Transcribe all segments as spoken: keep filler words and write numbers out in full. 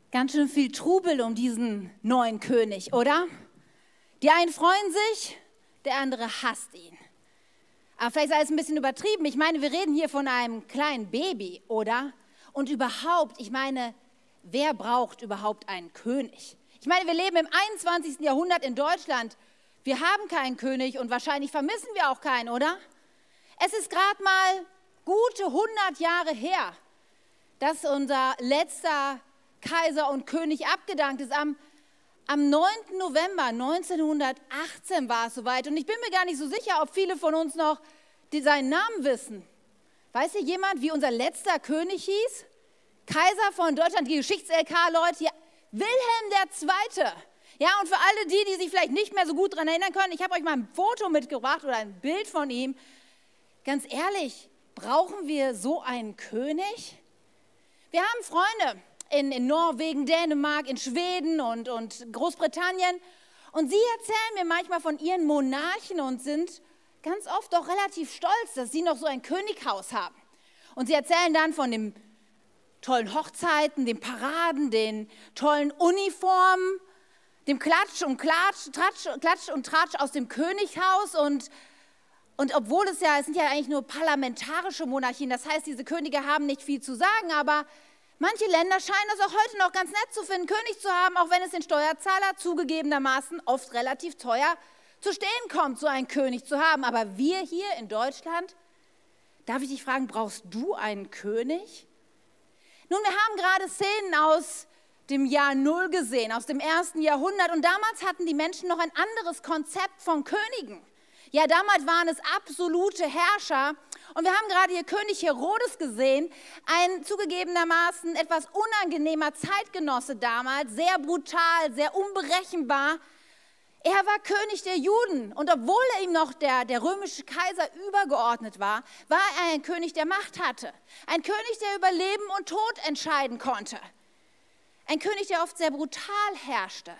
Ganz schön viel Trubel um diesen neuen König, oder? Die einen freuen sich, der andere hasst ihn. Aber vielleicht sei es ein bisschen übertrieben. Ich meine, wir reden hier von einem kleinen Baby, oder? Und überhaupt, ich meine, wer braucht überhaupt einen König? Ich meine, wir leben im einundzwanzigsten Jahrhundert in Deutschland. Wir haben keinen König und wahrscheinlich vermissen wir auch keinen, oder? Es ist gerade mal gute hundert Jahre her, dass unser letzter Kaiser und König abgedankt ist. Am, am neunten November neunzehnhundertachtzehn war es soweit. Und ich bin mir gar nicht so sicher, ob viele von uns noch die, seinen Namen wissen. Weiß hier jemand, wie unser letzter König hieß? Kaiser von Deutschland, die Geschichts-L K-Leute, ja, Wilhelm der Zweite. Ja, und für alle die, die sich vielleicht nicht mehr so gut daran erinnern können, ich habe euch mal ein Foto mitgebracht oder ein Bild von ihm. Ganz ehrlich, brauchen wir so einen König? Wir haben Freunde in, in Norwegen, Dänemark, in Schweden und, und Großbritannien. Und sie erzählen mir manchmal von ihren Monarchen und sind ganz oft auch relativ stolz, dass sie noch so ein Könighaus haben. Und sie erzählen dann von den tollen Hochzeiten, den Paraden, den tollen Uniformen, dem Klatsch und Klatsch, Tratsch, Klatsch und Tratsch aus dem Königshaus. Und, und obwohl es ja, es sind ja eigentlich nur parlamentarische Monarchien, das heißt, diese Könige haben nicht viel zu sagen, aber manche Länder scheinen es auch heute noch ganz nett zu finden, König zu haben, auch wenn es den Steuerzahler zugegebenermaßen oft relativ teuer zu stehen kommt, so einen König zu haben. Aber wir hier in Deutschland, darf ich dich fragen, brauchst du einen König? Nun, wir haben gerade Szenen aus dem Jahr Null gesehen, aus dem ersten Jahrhundert. Und damals hatten die Menschen noch ein anderes Konzept von Königen. Ja, damals waren es absolute Herrscher. Und wir haben gerade hier König Herodes gesehen, ein zugegebenermaßen etwas unangenehmer Zeitgenosse damals, sehr brutal, sehr unberechenbar. Er war König der Juden und obwohl er ihm noch der, der römische Kaiser übergeordnet war, war er ein König, der Macht hatte. Ein König, der über Leben und Tod entscheiden konnte. Ein König, der oft sehr brutal herrschte.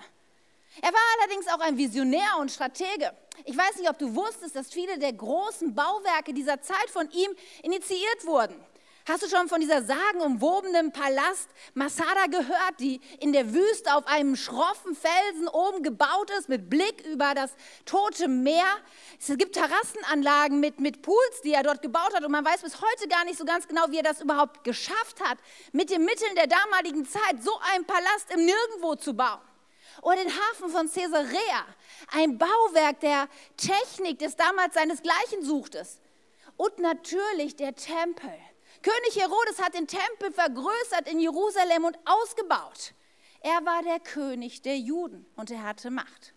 Er war allerdings auch ein Visionär und Stratege. Ich weiß nicht, ob du wusstest, dass viele der großen Bauwerke dieser Zeit von ihm initiiert wurden. Hast du schon von dieser sagenumwobenen Palast Masada gehört, die in der Wüste auf einem schroffen Felsen oben gebaut ist, mit Blick über das Tote Meer? Es gibt Terrassenanlagen mit, mit Pools, die er dort gebaut hat und man weiß bis heute gar nicht so ganz genau, wie er das überhaupt geschafft hat, mit den Mitteln der damaligen Zeit so einen Palast im Nirgendwo zu bauen. Oder den Hafen von Caesarea, ein Bauwerk der Technik, das damals seinesgleichen suchte. Und natürlich der Tempel. König Herodes hat den Tempel vergrößert in Jerusalem und ausgebaut. Er war der König der Juden und er hatte Macht.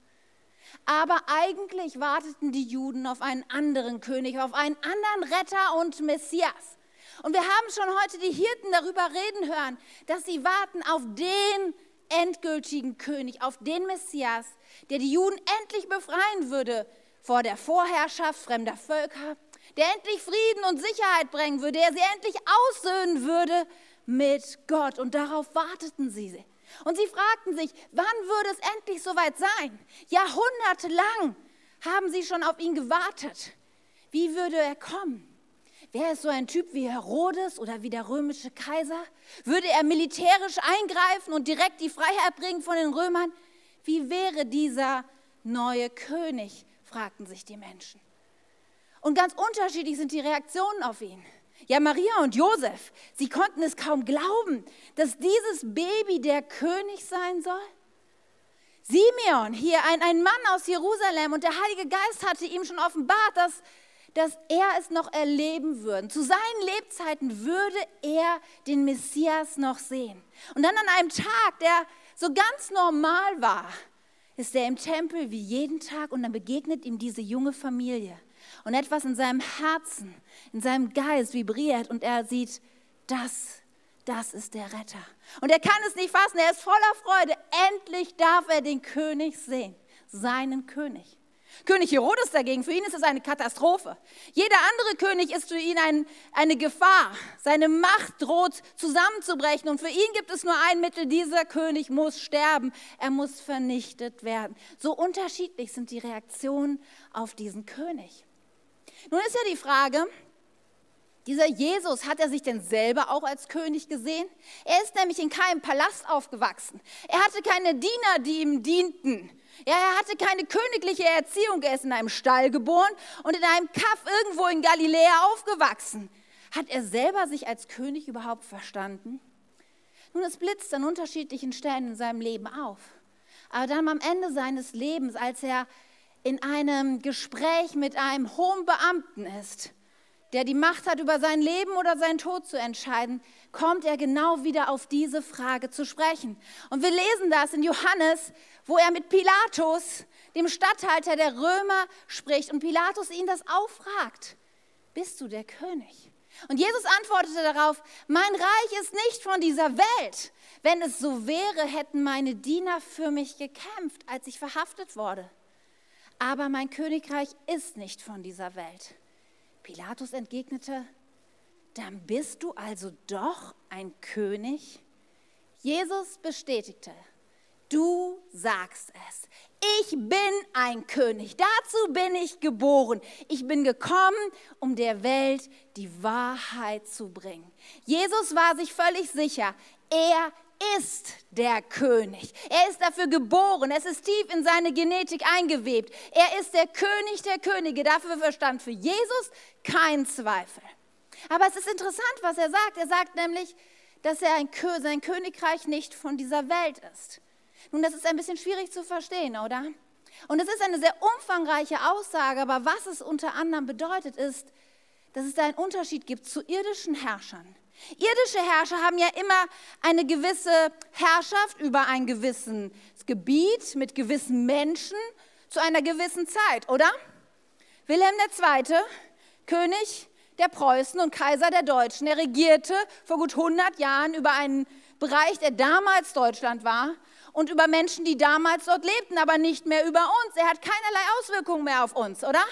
Aber eigentlich warteten die Juden auf einen anderen König, auf einen anderen Retter und Messias. Und wir haben schon heute die Hirten darüber reden hören, dass sie warten auf den endgültigen König, auf den Messias, der die Juden endlich befreien würde vor der Vorherrschaft fremder Völker, der endlich Frieden und Sicherheit bringen würde, der sie endlich aussöhnen würde mit Gott. Und darauf warteten sie. Und sie fragten sich, wann würde es endlich soweit sein? Jahrhundertelang haben sie schon auf ihn gewartet. Wie würde er kommen? Wäre es so ein Typ wie Herodes oder wie der römische Kaiser? Würde er militärisch eingreifen und direkt die Freiheit bringen von den Römern? Wie wäre dieser neue König, fragten sich die Menschen. Und ganz unterschiedlich sind die Reaktionen auf ihn. Ja, Maria und Josef, sie konnten es kaum glauben, dass dieses Baby der König sein soll. Simeon, hier ein, ein Mann aus Jerusalem und der Heilige Geist hatte ihm schon offenbart, dass, dass er es noch erleben würde. Zu seinen Lebzeiten würde er den Messias noch sehen. Und dann an einem Tag, der so ganz normal war, ist er im Tempel wie jeden Tag und dann begegnet ihm diese junge Familie. Und etwas in seinem Herzen, in seinem Geist vibriert und er sieht, das, das ist der Retter. Und er kann es nicht fassen, er ist voller Freude. Endlich darf er den König sehen, seinen König. König Herodes dagegen, für ihn ist es eine Katastrophe. Jeder andere König ist für ihn ein, eine Gefahr. Seine Macht droht zusammenzubrechen und für ihn gibt es nur ein Mittel, dieser König muss sterben, er muss vernichtet werden. So unterschiedlich sind die Reaktionen auf diesen König. Nun ist ja die Frage, Dieser Jesus, hat er sich denn selber auch als König gesehen? Er ist nämlich in keinem Palast aufgewachsen. Er hatte keine Diener, die ihm dienten. Ja, er hatte keine königliche Erziehung. Er ist in einem Stall geboren und in einem Kaff irgendwo in Galiläa aufgewachsen. Hat er selber sich als König überhaupt verstanden? Nun, es blitzt an unterschiedlichen Stellen in seinem Leben auf. Aber dann am Ende seines Lebens, als er in einem Gespräch mit einem hohen Beamten ist, der die Macht hat, über sein Leben oder seinen Tod zu entscheiden, kommt er genau wieder auf diese Frage zu sprechen. Und wir lesen das in Johannes, wo er mit Pilatus, dem Statthalter der Römer, spricht und Pilatus ihn das auffragt. Bist du der König? Und Jesus antwortete darauf, mein Reich ist nicht von dieser Welt. Wenn es so wäre, hätten meine Diener für mich gekämpft, als ich verhaftet wurde. Aber mein Königreich ist nicht von dieser Welt. Pilatus entgegnete, dann bist du also doch ein König? Jesus bestätigte, du sagst es. Ich bin ein König, dazu bin ich geboren. Ich bin gekommen, um der Welt die Wahrheit zu bringen. Jesus war sich völlig sicher, er ist der König. Er ist dafür geboren, es ist tief in seine Genetik eingewebt. Er ist der König der Könige, dafür verstand für Jesus kein Zweifel. Aber es ist interessant, was er sagt. Er sagt nämlich, dass er ein, sein Königreich nicht von dieser Welt ist. Nun, das ist ein bisschen schwierig zu verstehen, oder? Und es ist eine sehr umfangreiche Aussage, aber was es unter anderem bedeutet, ist, dass es da einen Unterschied gibt zu irdischen Herrschern. Irdische Herrscher haben ja immer eine gewisse Herrschaft über ein gewisses Gebiet mit gewissen Menschen zu einer gewissen Zeit, oder? Wilhelm der Zweite, König der Preußen und Kaiser der Deutschen, er regierte vor gut hundert Jahren über einen Bereich, der damals Deutschland war und über Menschen, die damals dort lebten, aber nicht mehr über uns. Er hat keinerlei Auswirkungen mehr auf uns, oder?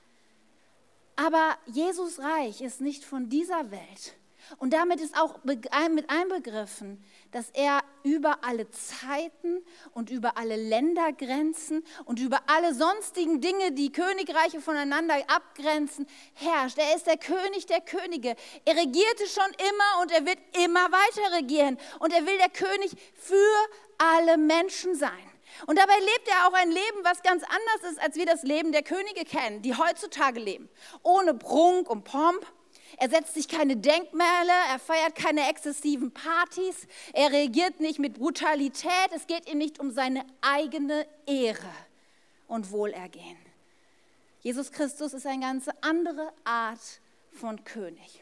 Aber Jesus Reich ist nicht von dieser Welt. Und damit ist auch mit einbegriffen, dass er über alle Zeiten und über alle Ländergrenzen und über alle sonstigen Dinge, die Königreiche voneinander abgrenzen, herrscht. Er ist der König der Könige. Er regierte schon immer und er wird immer weiter regieren. Und er will der König für alle Menschen sein. Und dabei lebt er auch ein Leben, was ganz anders ist, als wir das Leben der Könige kennen, die heutzutage leben. Ohne Prunk und Pomp. Er setzt sich keine Denkmäler, er feiert keine exzessiven Partys, er reagiert nicht mit Brutalität, es geht ihm nicht um seine eigene Ehre und Wohlergehen. Jesus Christus ist eine ganz andere Art von König.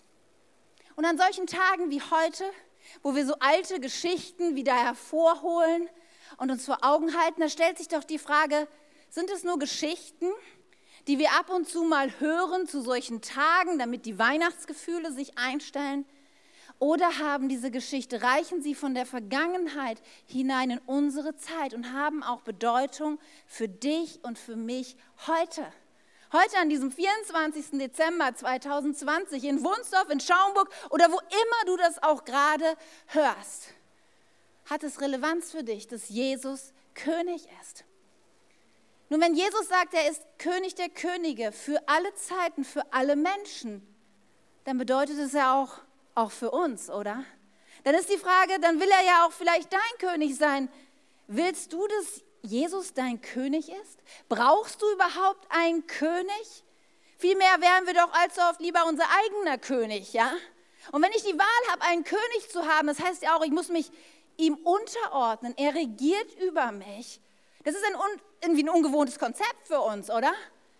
Und an solchen Tagen wie heute, wo wir so alte Geschichten wieder hervorholen und uns vor Augen halten, da stellt sich doch die Frage, sind es nur Geschichten, die wir ab und zu mal hören zu solchen Tagen, damit die Weihnachtsgefühle sich einstellen? Oder haben diese Geschichte, reichen sie von der Vergangenheit hinein in unsere Zeit und haben auch Bedeutung für dich und für mich heute? Heute an diesem vierundzwanzigsten Dezember zweitausendzwanzig in Wunsdorf, in Schaumburg oder wo immer du das auch gerade hörst, hat es Relevanz für dich, dass Jesus König ist. Nun, wenn Jesus sagt, er ist König der Könige für alle Zeiten, für alle Menschen, dann bedeutet es ja auch, auch für uns, oder? Dann ist die Frage, dann will er ja auch vielleicht dein König sein. Willst du, dass Jesus dein König ist? Brauchst du überhaupt einen König? Vielmehr wären wir doch allzu oft lieber unser eigener König, ja? Und wenn ich die Wahl habe, einen König zu haben, das heißt ja auch, ich muss mich ihm unterordnen. Er regiert über mich. Das ist ein, irgendwie ein ungewohntes Konzept für uns, oder?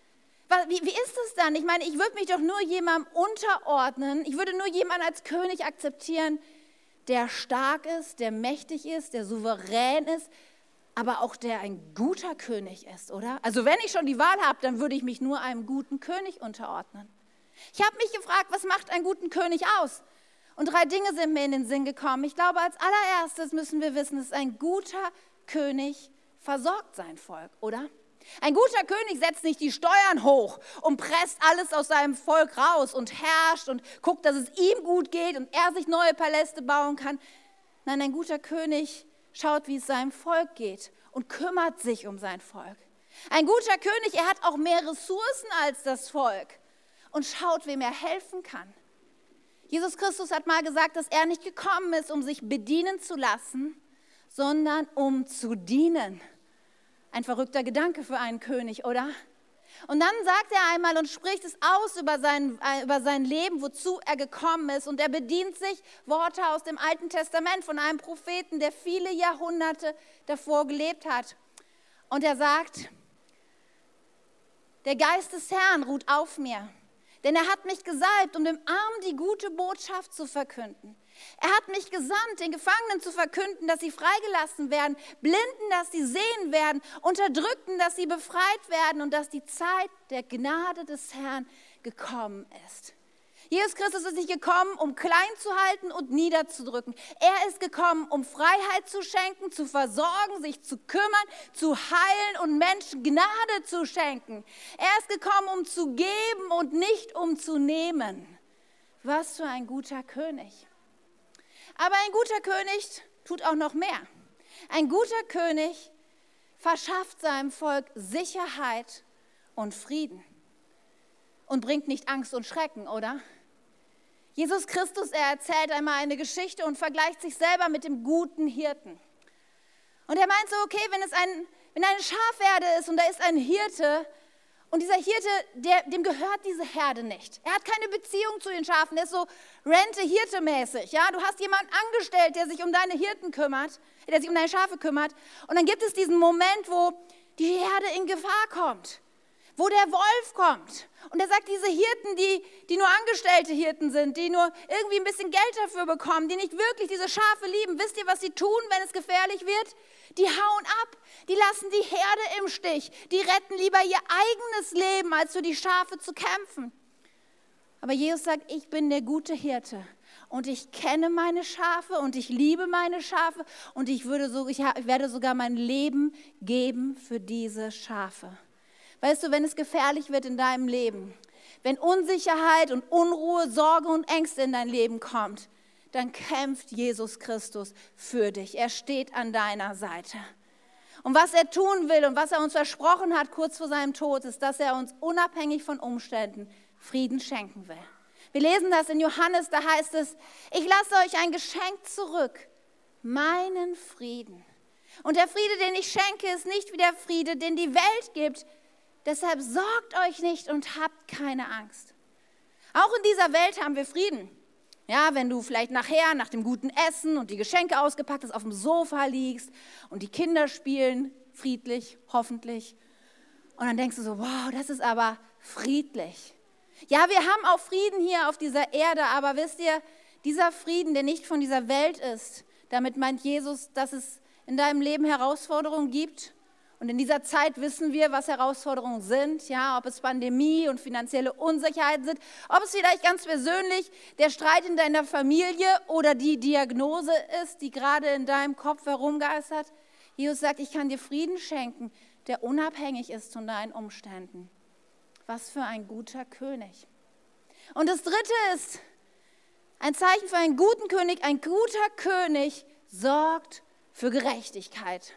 Wie, wie ist es dann? Ich meine, ich würde mich doch nur jemandem unterordnen. Ich würde nur jemanden als König akzeptieren, der stark ist, der mächtig ist, der souverän ist, aber auch der ein guter König ist, oder? Also wenn ich schon die Wahl habe, dann würde ich mich nur einem guten König unterordnen. Ich habe mich gefragt, was macht einen guten König aus? Und drei Dinge sind mir in den Sinn gekommen. Ich glaube, als allererstes müssen wir wissen, dass ein guter König versorgt sein Volk, oder? Ein guter König setzt nicht die Steuern hoch und presst alles aus seinem Volk raus und herrscht und guckt, dass es ihm gut geht und er sich neue Paläste bauen kann. Nein, ein guter König schaut, wie es seinem Volk geht und kümmert sich um sein Volk. Ein guter König, er hat auch mehr Ressourcen als das Volk und schaut, wem er helfen kann. Jesus Christus hat mal gesagt, dass er nicht gekommen ist, um sich bedienen zu lassen, sondern um zu dienen. Ein verrückter Gedanke für einen König, oder? Und dann sagt er einmal und spricht es aus über sein, über sein Leben, wozu er gekommen ist. Und er bedient sich Worte aus dem Alten Testament von einem Propheten, der viele Jahrhunderte davor gelebt hat. Und er sagt, der Geist des Herrn ruht auf mir, denn er hat mich gesalbt, um dem Armen die gute Botschaft zu verkünden. Er hat mich gesandt, den Gefangenen zu verkünden, dass sie freigelassen werden, Blinden, dass sie sehen werden, Unterdrückten, dass sie befreit werden und dass die Zeit der Gnade des Herrn gekommen ist. Jesus Christus ist nicht gekommen, um klein zu halten und niederzudrücken. Er ist gekommen, um Freiheit zu schenken, zu versorgen, sich zu kümmern, zu heilen und Menschen Gnade zu schenken. Er ist gekommen, um zu geben und nicht um zu nehmen. Was für ein guter König. Aber ein guter König tut auch noch mehr. Ein guter König verschafft seinem Volk Sicherheit und Frieden und bringt nicht Angst und Schrecken, oder? Jesus Christus, er erzählt einmal eine Geschichte und vergleicht sich selber mit dem guten Hirten. Und er meint so, okay, wenn es ein, wenn eine Schafherde ist und da ist ein Hirte und dieser Hirte, der, dem gehört diese Herde nicht. Er hat keine Beziehung zu den Schafen, der ist so Rente-Hirte-mäßig. Ja? Du hast jemanden angestellt, der sich um deine Hirten kümmert, der sich um deine Schafe kümmert. Und dann gibt es diesen Moment, wo die Herde in Gefahr kommt, wo der Wolf kommt. Und er sagt, diese Hirten, die, die nur angestellte Hirten sind, die nur irgendwie ein bisschen Geld dafür bekommen, die nicht wirklich diese Schafe lieben, wisst ihr, was sie tun, wenn es gefährlich wird? Die hauen ab, die lassen die Herde im Stich, die retten lieber ihr eigenes Leben, als für die Schafe zu kämpfen. Aber Jesus sagt, ich bin der gute Hirte und ich kenne meine Schafe und ich liebe meine Schafe und ich, würde so, ich werde sogar mein Leben geben für diese Schafe. Weißt du, wenn es gefährlich wird in deinem Leben, wenn Unsicherheit und Unruhe, Sorge und Ängste in dein Leben kommt, dann kämpft Jesus Christus für dich. Er steht an deiner Seite. Und was er tun will und was er uns versprochen hat kurz vor seinem Tod, ist, dass er uns unabhängig von Umständen Frieden schenken will. Wir lesen das in Johannes, da heißt es, ich lasse euch ein Geschenk zurück, meinen Frieden. Und der Friede, den ich schenke, ist nicht wie der Friede, den die Welt gibt. Deshalb sorgt euch nicht und habt keine Angst. Auch in dieser Welt haben wir Frieden. Ja, wenn du vielleicht nachher, nach dem guten Essen und die Geschenke ausgepackt hast, auf dem Sofa liegst und die Kinder spielen friedlich, hoffentlich. Und dann denkst du so, wow, das ist aber friedlich. Ja, wir haben auch Frieden hier auf dieser Erde, aber wisst ihr, dieser Frieden, der nicht von dieser Welt ist, damit meint Jesus, dass es in deinem Leben Herausforderungen gibt. Und in dieser Zeit wissen wir, was Herausforderungen sind, ja, ob es Pandemie und finanzielle Unsicherheiten sind, ob es vielleicht ganz persönlich der Streit in deiner Familie oder die Diagnose ist, die gerade in deinem Kopf herumgeistert. Jesus sagt, ich kann dir Frieden schenken, der unabhängig ist von deinen Umständen. Was für ein guter König. Und das Dritte ist ein Zeichen für einen guten König. Ein guter König sorgt für Gerechtigkeit.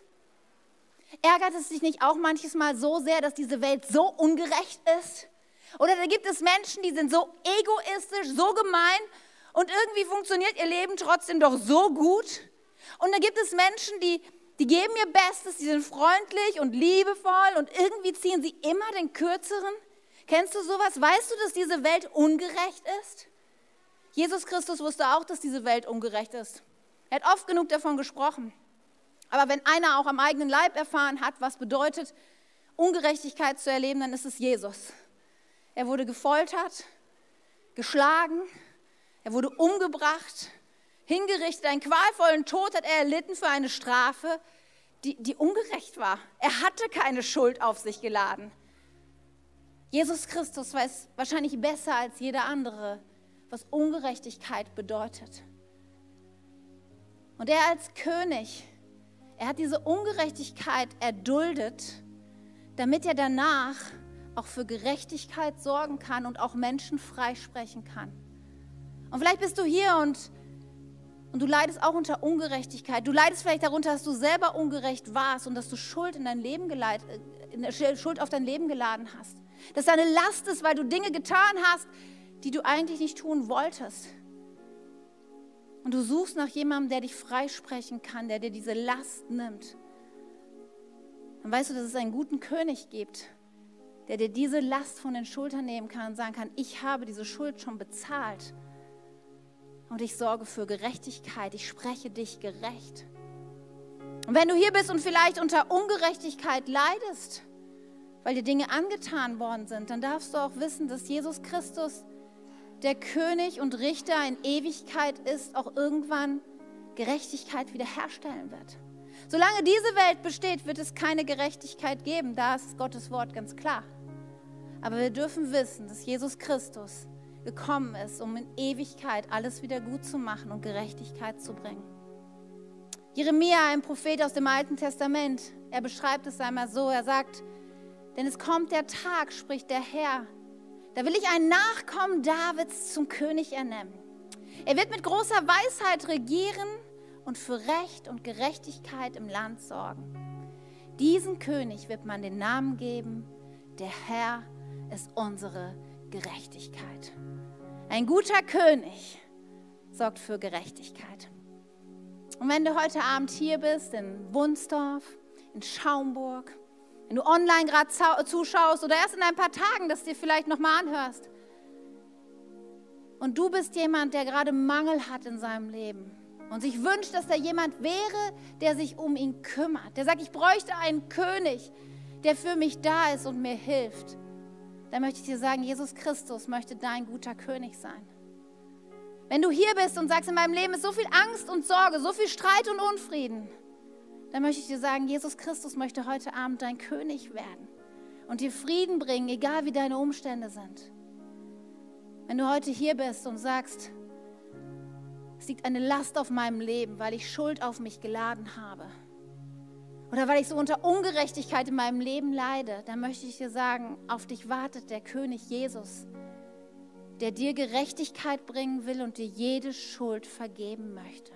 Ärgert es dich nicht auch manches Mal so sehr, dass diese Welt so ungerecht ist? Oder da gibt es Menschen, die sind so egoistisch, so gemein und irgendwie funktioniert ihr Leben trotzdem doch so gut. Und da gibt es Menschen, die, die geben ihr Bestes, die sind freundlich und liebevoll und irgendwie ziehen sie immer den Kürzeren. Kennst du sowas? Weißt du, dass diese Welt ungerecht ist? Jesus Christus wusste auch, dass diese Welt ungerecht ist. Er hat oft genug davon gesprochen. Aber wenn einer auch am eigenen Leib erfahren hat, was bedeutet, Ungerechtigkeit zu erleben, dann ist es Jesus. Er wurde gefoltert, geschlagen, er wurde umgebracht, hingerichtet, einen qualvollen Tod hat er erlitten für eine Strafe, die, die ungerecht war. Er hatte keine Schuld auf sich geladen. Jesus Christus weiß wahrscheinlich besser als jeder andere, was Ungerechtigkeit bedeutet. Und er als König, er hat diese Ungerechtigkeit erduldet, damit er danach auch für Gerechtigkeit sorgen kann und auch Menschen freisprechen kann. Und vielleicht bist du hier und, und du leidest auch unter Ungerechtigkeit. Du leidest vielleicht darunter, dass du selber ungerecht warst und dass du Schuld, in dein Leben geleit, Schuld auf dein Leben geladen hast. Dass deine Last ist, weil du Dinge getan hast, die du eigentlich nicht tun wolltest. und du suchst nach jemandem, der dich freisprechen kann, der dir diese Last nimmt, dann weißt du, dass es einen guten König gibt, der dir diese Last von den Schultern nehmen kann und sagen kann, ich habe diese Schuld schon bezahlt und ich sorge für Gerechtigkeit, ich spreche dich gerecht. Und wenn du hier bist und vielleicht unter Ungerechtigkeit leidest, weil dir Dinge angetan worden sind, dann darfst du auch wissen, dass Jesus Christus der König und Richter in Ewigkeit ist, auch irgendwann Gerechtigkeit wiederherstellen wird. Solange diese Welt besteht, wird es keine Gerechtigkeit geben. Da ist Gottes Wort ganz klar. Aber wir dürfen wissen, dass Jesus Christus gekommen ist, um in Ewigkeit alles wieder gut zu machen und Gerechtigkeit zu bringen. Jeremia, ein Prophet aus dem Alten Testament, er beschreibt es einmal so, er sagt, denn es kommt der Tag, spricht der Herr, da will ich einen Nachkommen Davids zum König ernennen. Er wird mit großer Weisheit regieren und für Recht und Gerechtigkeit im Land sorgen. Diesen König wird man den Namen geben, der Herr ist unsere Gerechtigkeit. Ein guter König sorgt für Gerechtigkeit. Und wenn du heute Abend hier bist, in Wunsdorf, in Schaumburg, wenn du online gerade zuschaust oder erst in ein paar Tagen das dir vielleicht nochmal anhörst und du bist jemand, der gerade Mangel hat in seinem Leben und sich wünscht, dass da jemand wäre, der sich um ihn kümmert, der sagt, ich bräuchte einen König, der für mich da ist und mir hilft, dann möchte ich dir sagen, Jesus Christus möchte dein guter König sein. Wenn du hier bist und sagst, in meinem Leben ist so viel Angst und Sorge, so viel Streit und Unfrieden, dann möchte ich dir sagen, Jesus Christus möchte heute Abend dein König werden und dir Frieden bringen, egal wie deine Umstände sind. Wenn du heute hier bist und sagst, es liegt eine Last auf meinem Leben, weil ich Schuld auf mich geladen habe oder weil ich so unter Ungerechtigkeit in meinem Leben leide, dann möchte ich dir sagen, auf dich wartet der König Jesus, der dir Gerechtigkeit bringen will und dir jede Schuld vergeben möchte.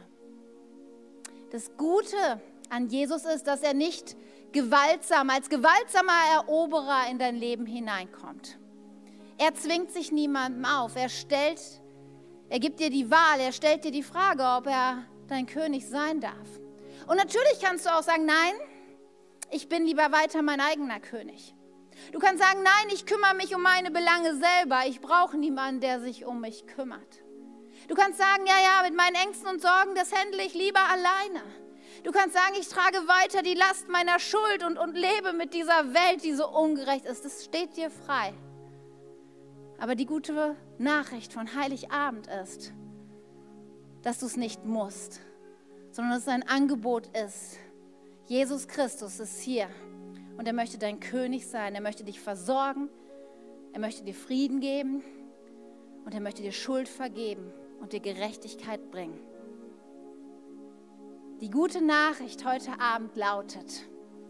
Das Gute an Jesus ist, dass er nicht gewaltsam, als gewaltsamer Eroberer in dein Leben hineinkommt. Er zwingt sich niemandem auf. Er stellt, er gibt dir die Wahl, er stellt dir die Frage, ob er dein König sein darf. Und natürlich kannst du auch sagen, nein, ich bin lieber weiter mein eigener König. Du kannst sagen, nein, ich kümmere mich um meine Belange selber. Ich brauche niemanden, der sich um mich kümmert. Du kannst sagen, ja, ja, mit meinen Ängsten und Sorgen, das handle ich lieber alleine. Du kannst sagen, ich trage weiter die Last meiner Schuld und, und lebe mit dieser Welt, die so ungerecht ist. Das steht dir frei. Aber die gute Nachricht von Heiligabend ist, dass du es nicht musst, sondern dass es ein Angebot ist. Jesus Christus ist hier und er möchte dein König sein. Er möchte dich versorgen, er möchte dir Frieden geben und er möchte dir Schuld vergeben und dir Gerechtigkeit bringen. Die gute Nachricht heute Abend lautet,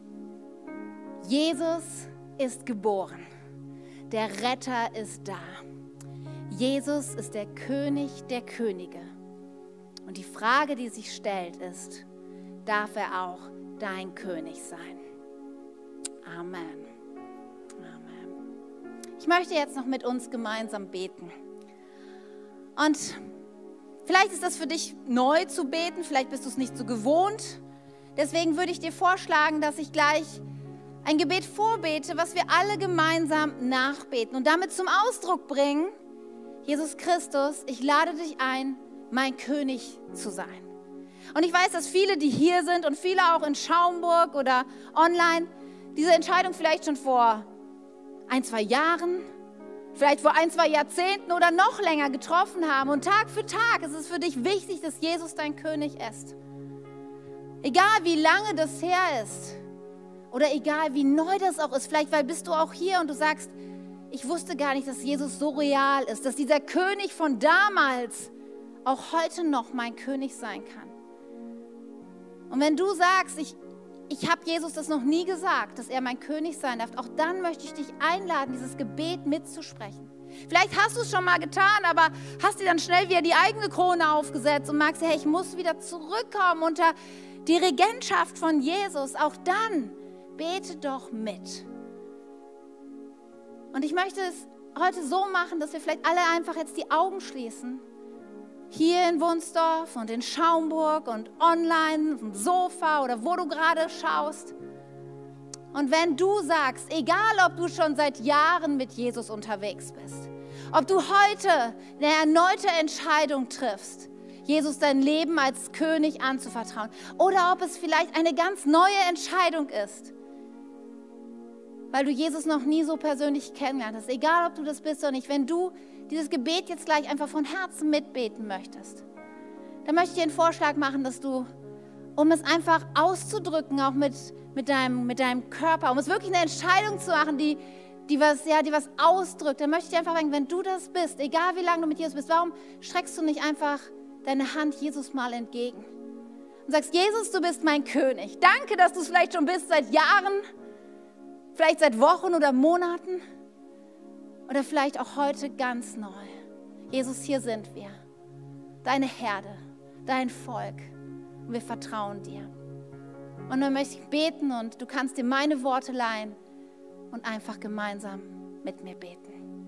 Jesus ist geboren, der Retter ist da. Jesus ist der König der Könige. Und die Frage, die sich stellt, ist, darf er auch dein König sein? Amen. Amen. Ich möchte jetzt noch mit uns gemeinsam beten. Und vielleicht ist das für dich neu zu beten, vielleicht bist du es nicht so gewohnt. Deswegen würde ich dir vorschlagen, dass ich gleich ein Gebet vorbete, was wir alle gemeinsam nachbeten und damit zum Ausdruck bringen, Jesus Christus, ich lade dich ein, mein König zu sein. Und ich weiß, dass viele, die hier sind und viele auch in Schaumburg oder online, diese Entscheidung vielleicht schon vor ein, zwei Jahren, vielleicht vor ein, zwei Jahrzehnten oder noch länger getroffen haben. Und Tag für Tag ist es für dich wichtig, dass Jesus dein König ist. Egal wie lange das her ist oder egal wie neu das auch ist, vielleicht weil bist du auch hier und du sagst, ich wusste gar nicht, dass Jesus so real ist, dass dieser König von damals auch heute noch mein König sein kann. Und wenn du sagst, ich, ich habe Jesus das noch nie gesagt, dass er mein König sein darf, auch dann möchte ich dich einladen, dieses Gebet mitzusprechen. Vielleicht hast du es schon mal getan, aber hast dir dann schnell wieder die eigene Krone aufgesetzt und magst, hey, ich muss wieder zurückkommen unter die Regentschaft von Jesus. Auch dann bete doch mit. Und ich möchte es heute so machen, dass wir vielleicht alle einfach jetzt die Augen schließen hier in Wunsdorf und in Schaumburg und online, auf dem Sofa oder wo du gerade schaust. Und wenn du sagst, egal ob du schon seit Jahren mit Jesus unterwegs bist, ob du heute eine erneute Entscheidung triffst, Jesus dein Leben als König anzuvertrauen, oder ob es vielleicht eine ganz neue Entscheidung ist, weil du Jesus noch nie so persönlich kennengelernt hast, egal ob du das bist oder nicht, wenn du dieses Gebet jetzt gleich einfach von Herzen mitbeten möchtest, dann möchte ich dir einen Vorschlag machen, dass du, um es einfach auszudrücken, auch mit, mit, deinem, mit deinem Körper, um es wirklich eine Entscheidung zu machen, die, die, was, ja, die was ausdrückt, dann möchte ich dir einfach sagen, wenn du das bist, egal wie lange du mit Jesus bist, warum streckst du nicht einfach deine Hand Jesus mal entgegen und sagst, Jesus, du bist mein König. Danke, dass du es vielleicht schon bist seit Jahren, vielleicht seit Wochen oder Monaten oder vielleicht auch heute ganz neu. Jesus, hier sind wir, deine Herde, dein Volk, und wir vertrauen dir. Und dann möchte ich beten und du kannst dir meine Worte leihen und einfach gemeinsam mit mir beten.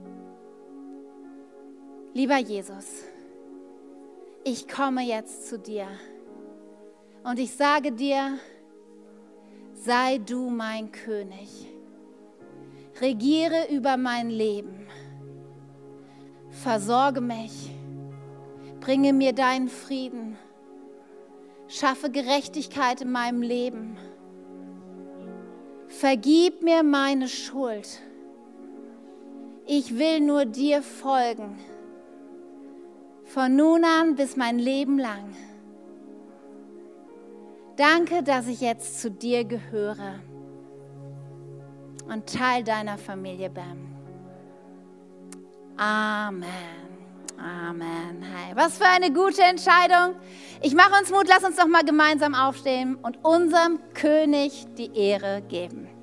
Lieber Jesus, ich komme jetzt zu dir und ich sage dir, sei du mein König. Regiere über mein Leben. Versorge mich. Bringe mir deinen Frieden. Schaffe Gerechtigkeit in meinem Leben. Vergib mir meine Schuld. Ich will nur dir folgen. Von nun an bis mein Leben lang. Danke, dass ich jetzt zu dir gehöre und Teil deiner Familie bin. Amen. Amen. Hey, was für eine gute Entscheidung. Ich mache uns Mut, lass uns doch mal gemeinsam aufstehen und unserem König die Ehre geben.